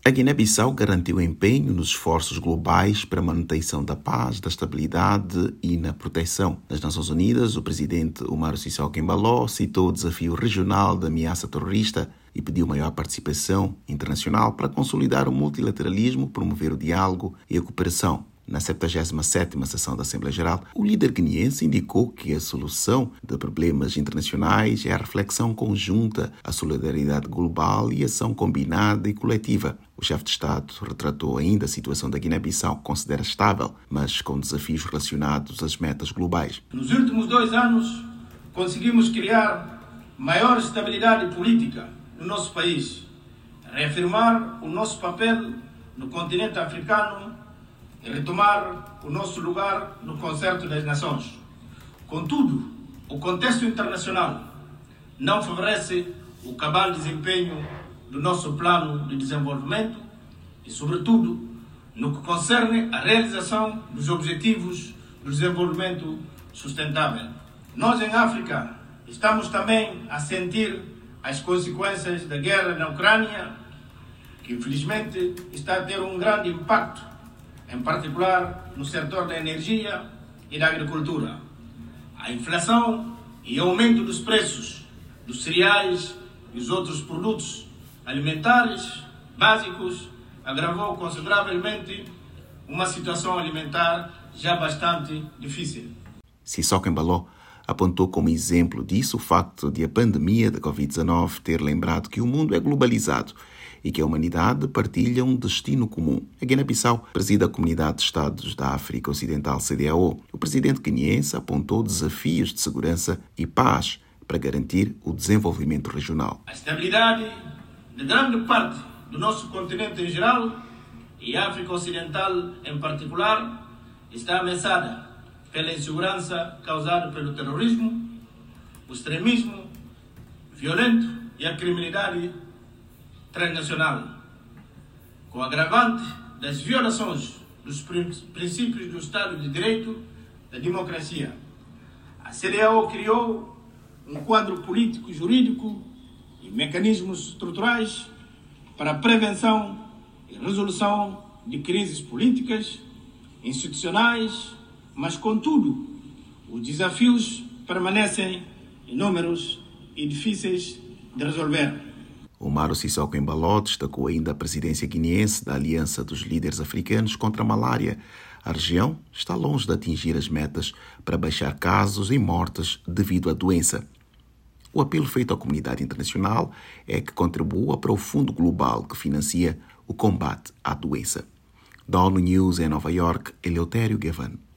A Guiné-Bissau garantiu empenho nos esforços globais para a manutenção da paz, da estabilidade e na proteção. Nas Nações Unidas, o presidente Umaru Sissoco Embaló citou o desafio regional da ameaça terrorista e pediu maior participação internacional para consolidar o multilateralismo, promover o diálogo e a cooperação. Na 77ª sessão da Assembleia Geral, o líder guineense indicou que a solução de problemas internacionais é a reflexão conjunta, a solidariedade global e a ação combinada e coletiva. O chefe de Estado retratou ainda a situação da Guiné-Bissau, que considera estável, mas com desafios relacionados às metas globais. Nos últimos 2 anos, conseguimos criar maior estabilidade política no nosso país, reafirmar o nosso papel no continente africano e retomar o nosso lugar no concerto das nações. Contudo, o contexto internacional não favorece o cabal desempenho do nosso plano de desenvolvimento e, sobretudo, no que concerne à realização dos objetivos do desenvolvimento sustentável. Nós, em África, estamos também a sentir as consequências da guerra na Ucrânia, que infelizmente está a ter um grande impacto, em particular no setor da energia e da agricultura. A inflação e aumento dos preços dos cereais e os outros produtos alimentares básicos agravou consideravelmente uma situação alimentar já bastante difícil. Sissoco Embaló apontou como exemplo disso o facto de a pandemia da Covid-19 ter lembrado que o mundo é globalizado e que a humanidade partilha um destino comum. A Guiné-Bissau preside a Comunidade de Estados da África Ocidental, CEDEAO. O presidente guineense apontou desafios de segurança e paz para garantir o desenvolvimento regional. A estabilidade de grande parte do nosso continente em geral e África Ocidental em particular está ameaçada pela insegurança causada pelo terrorismo, o extremismo violento e a criminalidade transnacional, com o agravante das violações dos princípios do Estado de Direito e da democracia. A CEDEAO criou um quadro político, jurídico e mecanismos estruturais para a prevenção e resolução de crises políticas, institucionais, mas, contudo, os desafios permanecem inúmeros e difíceis de resolver. Umaru Sissoco Embaló destacou ainda a presidência guineense da Aliança dos Líderes Africanos contra a Malária. A região está longe de atingir as metas para baixar casos e mortes devido à doença. O apelo feito à comunidade internacional é que contribua para o Fundo Global que financia o combate à doença. Da ONU News em Nova York, Eleutério Gavan.